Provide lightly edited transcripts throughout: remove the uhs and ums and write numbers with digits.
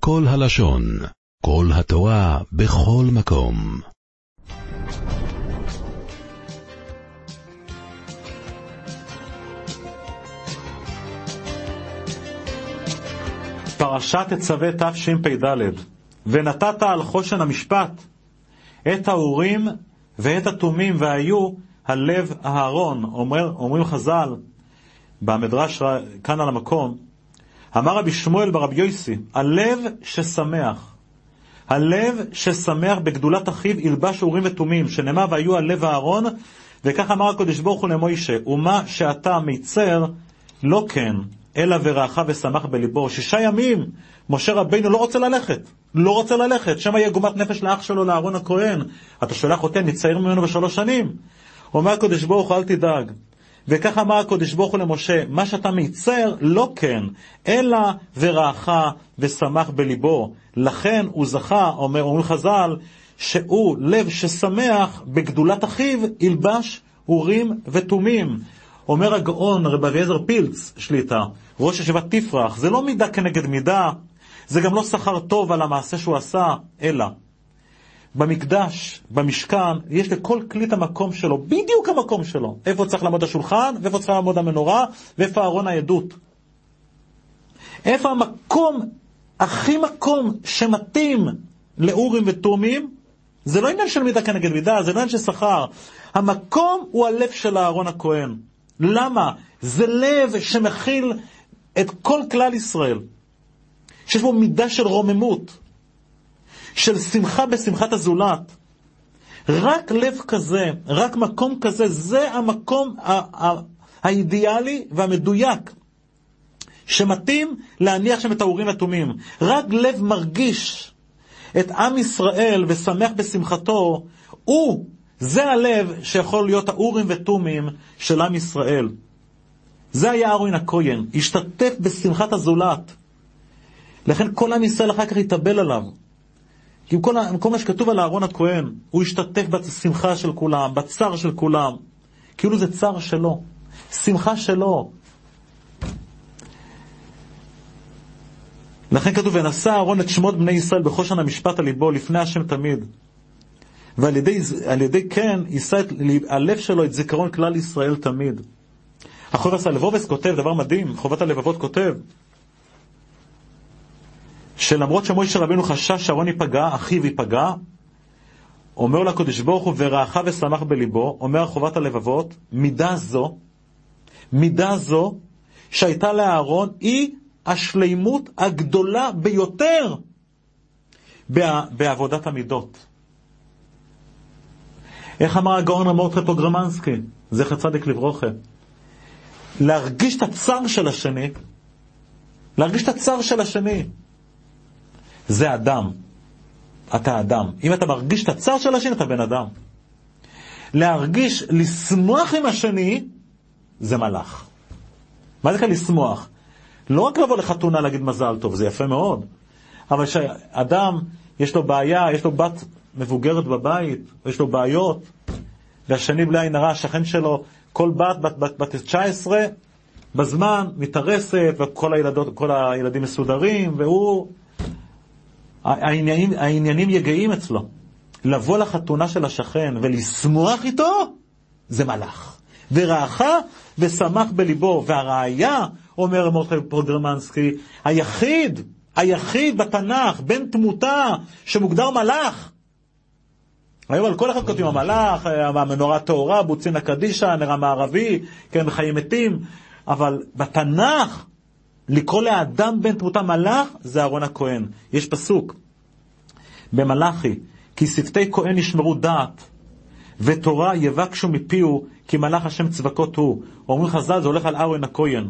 כל הלשון, כל התורה, בכל מקום. פרשת תצווה תשפ"ד. ונתת על חושן המשפט את האורים ואת התומים, והיו הלב אהרון. אומרים חז"ל במדרש כאן על המקום, אמר רבי שמואל ברבי יוסי, הלב ששמח, הלב ששמח בגדולת אחיו ילבש אורים ותומים, שנאמר והיו הלב אהרון. וכך אמר הקדוש ברוך הוא למוישה, ומה שאתה מיצר לא כן, אלא ורעך ושמח בליבו. 6 ימים משה רבינו לא רוצה ללכת, שמה יהיה גומת נפש לאח שלו לאהרון הכהן. אתה שולח אותי, אני צעיר ממנו ב3 שנים. אומר הקדוש ברוך הוא, אל תדאג. וכך אמר הקדוש ברוך הוא למשה, מה שאתה מיצר לא כן, אלא ורעך ושמח בליבו. לכן הוא זכה, אומרים חז"ל, שהוא לב ששמח בגדולת אחיו ילבש אורים ותומים. אומר הגאון רבי אליעזר פילץ שליטה, ראש ישיבת תפרח, זה לא מידה כנגד מידה, זה גם לא שכר טוב על המעשה שהוא עשה, אלא במקדש, במשכן, יש לכל כלי את המקום שלו, בדיוק המקום שלו. איפה צריך לעמוד השולחן, ואיפה צריך לעמוד המנורה, ואיפה ארון העדות. איפה המקום, הכי מקום שמתאים לאורים ותומים, זה לא עניין של מידה כנגד מידה, זה לא עניין של שכר. המקום הוא הלב של אהרון הכהן. למה? זה לב שמכיל את כל כלל ישראל. שיש בו מידה של רוממות, של שמחה בשמחת הזולת. רק לב כזה, רק מקום כזה, זה המקום האידיאלי והמדויק, שמתאים להניח שם את האורים ותומים. רק לב מרגיש את עם ישראל ושמח בשמחתו, זה הלב שיכול להיות האורים ותומים של עם ישראל. זה היה אהרון הכהן, השתתף בשמחת הזולת. לכן כל עם ישראל אחר כך יתאבל עליו. כי כל מה שכתוב על אהרון הכהן, הוא השתתף בשמחה של כולם, בצער של כולם. כאילו זה צער שלו, שמחה שלו. לכן כתוב, ונשא אהרון את שמות בני ישראל בחושן המשפט על ליבו לפני השם תמיד. ועל ידי כן יישא הלב שלו את זיכרון כלל ישראל תמיד. החובס הלבובס כותב דבר מדהים, חובת הלבבות כותב, שלמרות שמוישה רבינו חשש שאהרון ייפגע, אחיו ייפגע, אומר לקדוש ברוך הוא ורעך ושמח בליבו, אומר חובת הלבבות, מידה זו שהייתה לאהרון היא השלימות הגדולה ביותר בעבודת המידות. איך אמר הגאון מרדכי פוגרמנסקי, זכר צדיק לברכה, להרגיש את הצער של השני, זה אדם. אתה אדם. אם אתה מרגיש את הצער של השני, אתה בן אדם. לשמוח עם השני, זה מלאך. מה זה כאן לשמוח? לא רק לבוא לחתונה להגיד מזל טוב, זה יפה מאוד. אבל שאדם, יש לו בעיה, יש לו בת מבוגרת בבית, יש לו בעיות, והשני בלי עין הרע, השכן שלו, כל בת 19, בזמן מתארסת, וכל הילדים מסודרים, והוא, העניינים יגעים אצלו. לבוא לחתונה של השכן ולשמוח איתו, זה מלאך. ורעך ושמח בליבו. והראיה, אומר מרדכי פוגרמנסקי, היחיד בתנ"ך, בן תמותה, שמוגדר מלאך. היום על כל אחד כותבים המלאך, המנורה טהורה, בוצין הקדישה, נר המערבי, כן, חיי מתים. אבל בתנ"ך, לקרוא לאדם בן תמותה מלאך, זה אהרון הכהן. יש פסוק במלאכי, כי שפתי כהן ישמרו דעת, ותורה יבקשו מפיהו, כי מלאך השם צבקות הוא. אומרים חז"ל, זה הולך על אהרון הכהן.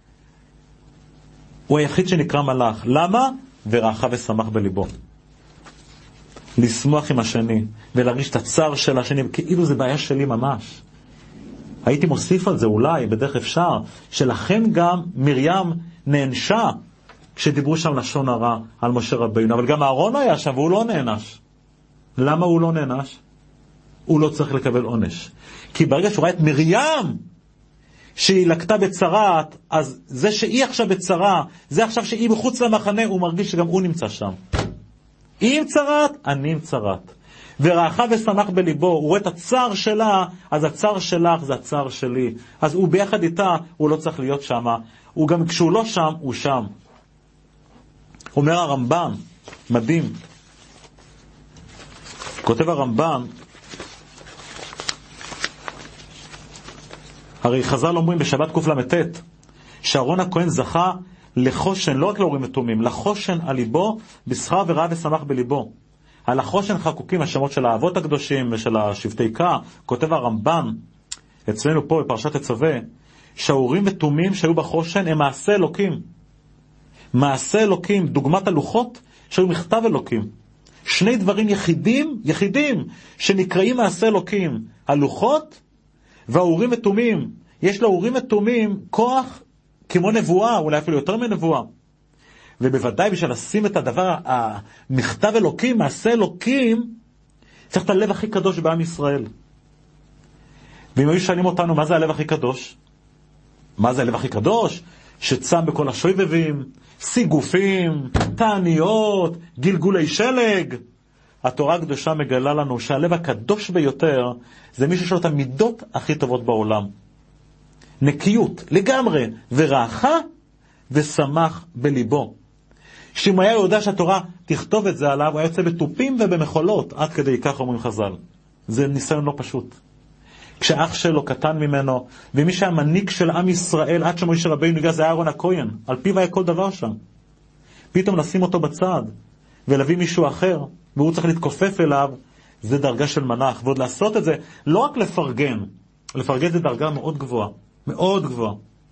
הוא היחיד שנקרא מלאך. למה? ורעך ושמח בליבו. לשמוח עם השני, ולהרגיש את הצער של השני, כאילו זה בעיה שלי ממש. הייתי מוסיף על זה אולי, בדרך אפשר, שלכן גם מרים נענשה, כשדיברו שם לשון הרע על משה רבינו, אבל גם אהרון היה שם והוא לא נענש. למה הוא לא נענש? הוא לא צריך לקבל עונש. כי ברגע שהוא ראה את מרים, שהיא לקטה בצרת, אז זה שהיא עכשיו בצרה, זה עכשיו שהיא מחוץ למחנה, הוא מרגיש שגם הוא נמצא שם. היא עם צרת, אני עם צרת. ורעך ושמח בליבו, הוא רואה את הצער שלה, אז הצער שלך זה הצער שלי. אז הוא ביחד איתה, הוא לא צריך להיות שם. הוא גם כשהוא לא שם, הוא שם. אומר הרמב"ן, מדהים. כותב הרמב"ן, הרי חז"ל אומרים בשבת קל"ט, שאהרון הכהן זכה לחושן, לא רק להורים ותומים, לחושן על ליבו, בשכר ורעב ושמח בליבו. על החושן חקוקים השמות של האבות הקדושים ושל השבטי קה. כותב הרמב"ן, אצלנו פה בפרשת תצווה, שהאורים ותומים שהיו בחושן הם מעשה אלוקים. מעשה אלוקים, דוגמת הלוחות שהיו מכתב אלוקים. שני דברים יחידים שנקראים מעשה אלוקים, הלוחות והאורים ותומים. יש לאורים ותומים כוח כמו נבואה, אולי אפילו יותר מנבואה. ובוודאי בשביל לשים את הדבר, המכתב אלוקים, מעשה אלוקים, צריך את הלב הכי קדוש בעם ישראל. ואם היו שואלים אותנו מה זה הלב הכי קדוש? מה זה הלב הכי קדוש? שצם בכל השובבים, סיגופים, תעניות, גלגולי שלג. התורה הקדושה מגלה לנו שהלב הקדוש ביותר זה מישהו שיש לו את המידות הכי טובות בעולם. נקיות, לגמרי, ורעך ושמח בליבו. שאם היה יודע שהתורה תכתוב את זה עליו, הוא היה יוצא בטופים ובמחולות, עד כדי כך אומרים חז"ל. זה ניסיון לא פשוט. כשאח שלו קטן ממנו, ומי שהמנהיג של עם ישראל, עד שמשה רבינו הגיע, זה היה אהרון הכהן, על פיו היה כל דבר שם. פתאום לשים אותו בצד, ולהביא מישהו אחר, והוא צריך להתכופף אליו, זה דרגה של מנח. ועוד לעשות את זה, לא רק לפרגן, לפרגן זה דרגה מאוד גבוהה, מאוד גבוהה.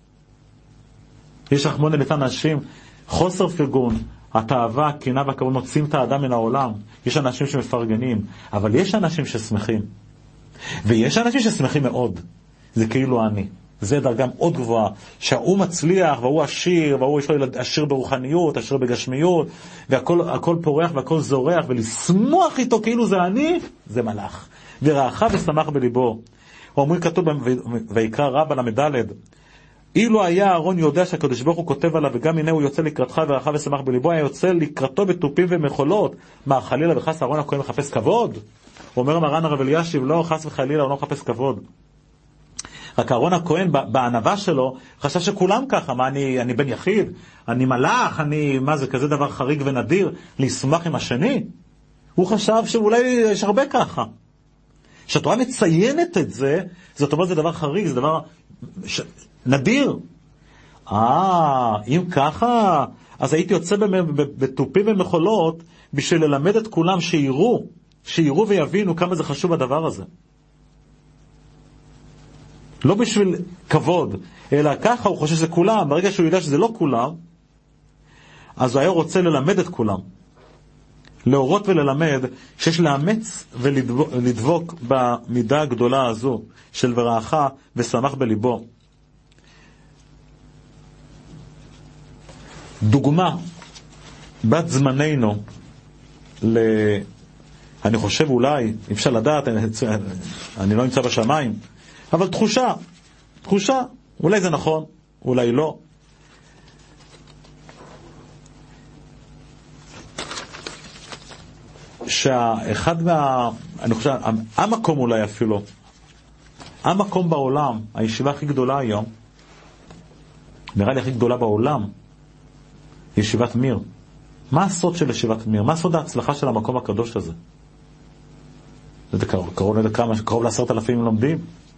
יש רחמנא ליצלן אנשים, חוסר פרגון, התאווה, הקנאה והכבוד מוצאים את האדם מן העולם. יש אנשים שמפרגנים, אבל יש אנשים ששמחים. ויש אנשים ששמחים מאוד. זה כאילו אני. זה דרגה מאוד גבוהה. שהוא מצליח, והוא עשיר, והוא יש לו עשיר ברוחניות, עשיר בגשמיות, והכל פורח והכל זורח, ולשמוח איתו כאילו זה אני, זה מלאך. ורעך ושמח בליבו. אומרים כתוב ויקרא רבה למדלד, אילו היה אהרון יודע שהקדוש ברוך הוא כותב עליו, וגם הנה הוא יוצא לקראתך ורעך ושמח בליבו, היה יוצא לקראתו בטופים ומחולות. מה, חלילה וחס אהרון הכהן מחפש כבוד? אומר מרן הרב אלישיב, לא, חס וחלילה, הוא לא מחפש כבוד. רק אהרון הכהן בענווה שלו חשב שכולם ככה. מה, אני בן יחיד, אני מלאך, מה זה כזה דבר חריג ונדיר לשמח עם השני? הוא חשב שאולי יש הרבה ככה. כשהתורה מציינת את זה, זאת אומרת זה דבר חריג, זה דבר נדיר. אם ככה, אז הייתי יוצא בטופים ומחולות בשביל ללמד את כולם שיראו ויבינו כמה זה חשוב הדבר הזה. לא בשביל כבוד, אלא ככה הוא חושב שזה כולם. ברגע שהוא יודע שזה לא כולם, אז הוא היה רוצה ללמד את כולם. להורות וללמד שיש לאמץ ולדבוק במידה הגדולה הזו של ורעך ושמח בליבו. דוגמה בת זמננו אני חושב אולי, אפשר לדעת, אני לא נמצא בשמיים, אבל תחושה, אולי זה נכון, אולי לא. שאחד אני חושב, המקום אולי אפילו, המקום בעולם, הישיבה הכי גדולה היום, נראה לי הכי גדולה בעולם, ישיבת מיר. מה הסוד של ישיבת מיר? מה הסוד ההצלחה של המקום הקדוש הזה? זה קרוב ל10,000 לומדים.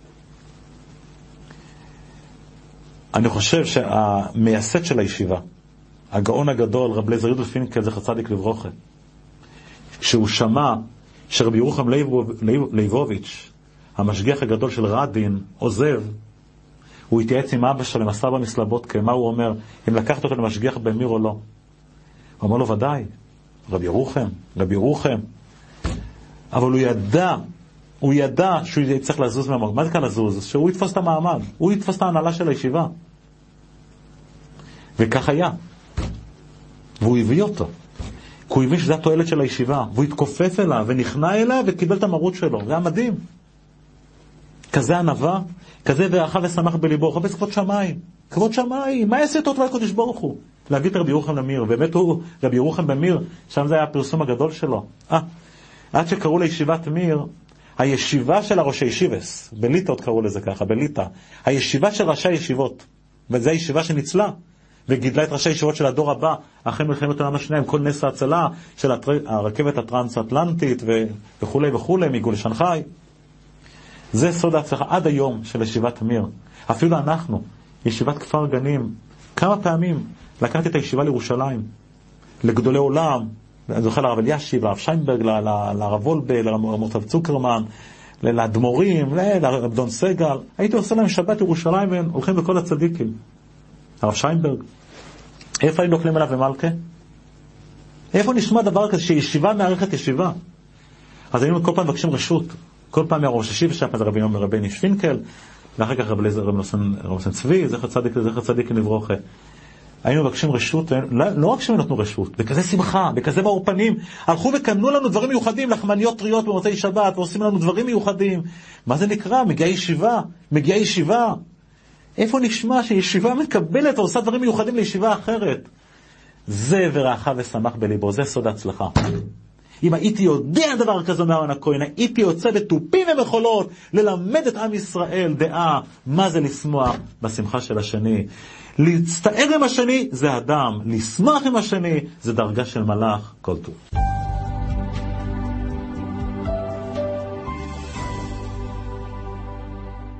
אני חושב שהמייסד של הישיבה, הגאון הגדול, רב אליעזר יודל פינקל, זכר צדיק לברכה, כשהוא שמע שרבי ירוחם ליבוביץ', המשגיח הגדול של רדין, עוזב, הוא התייעץ עם אבא שלו, עם הסבא מסלבודקה, מה הוא אומר? אם לקחת אותו למשגיח במיר או לא? הוא אמר לו, ודאי, רבי ירוחם. אבל הוא ידע שהוא צריך לזוז מהמקום. מה זה כאן לזוז? שהוא יתפוס את המעמד, הוא יתפוס את ההנהלה של הישיבה. וכך היה. והוא הביא אותו. כי הוא הבין שזה התועלת של הישיבה. והוא התכופף אליו ונכנע אליו וקיבל את המרות שלו. זה היה מדהים. כזה ענווה, כזה ורחב ושמח בליבו, חפש כבוד שמיים. כבוד שמיים, מה יעשה אותו הקדוש ברוך הוא? להביא את רבי ירוחם למיר, באמת הוא, רבי ירוחם במיר, שם זה היה הפרסום הגדול שלו. עד שקראו לישיבת מיר, הישיבה של הראשי ישיבס, בליטה עוד קראו לזה ככה, בליטה, הישיבה של ראשי ישיבות, וזו הישיבה שניצלה, וגידלה את ראשי ישיבות של הדור הבא, אחרי מלחמת העולם השנייה, עם כל נס ההצלה של הרכבת הטרנס-אטלנטית וכו' וכו', מגיעו לשנחאי. זה סוד ההצלחה עד היום של ישיבת מיר. אפילו אנחנו, ישיבת כפר גנים, כמה פעמים לקחתי את הישיבה לירושלים, לגדולי עולם, אני זוכר לרב אלישיב, לרב שיינברג, לרב וולבל, לרב צוקרמן, לאדמו"רים, לרב דון סגל. הייתי עושה להם שבת ירושלים והם הולכים בכל הצדיקים. הרב שיינברג, איפה היינו אוכלים אליו ומלכה? איפה נשמע דבר כזה שישיבה מערכת ישיבה? אז היינו כל פעם מבקשים רשות, כל פעם מהראש ישיב שם, זה רבי ניש פינקל, ואחר כך רב נוסן צבי, זכר צדיק לברוכה. היינו מבקשים רשות, לא רק שהם נתנו רשות, בכזה שמחה, בכזה מאור פנים, הלכו וקנו לנו דברים מיוחדים, לחמניות טריות במוצאי שבת, ועושים לנו דברים מיוחדים. מה זה נקרא? מגיעה ישיבה. איפה נשמע שישיבה מקבלת ועושה דברים מיוחדים לישיבה אחרת? זה ורחב ושמח בליבו, זה סוד ההצלחה. אם הייתי יודע דבר כזה מאהרן הכהן, הייתי יוצא בתופים ומחולות ללמד את עם ישראל דעה מה זה לשמוח בשמחה של השני. להצטער עם השני זה אדם, לשמח עם השני זה דרגה של מלאך. כל טוב.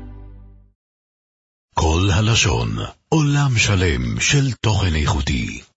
כל הלשון, עולם שלם של תוכן איכותי.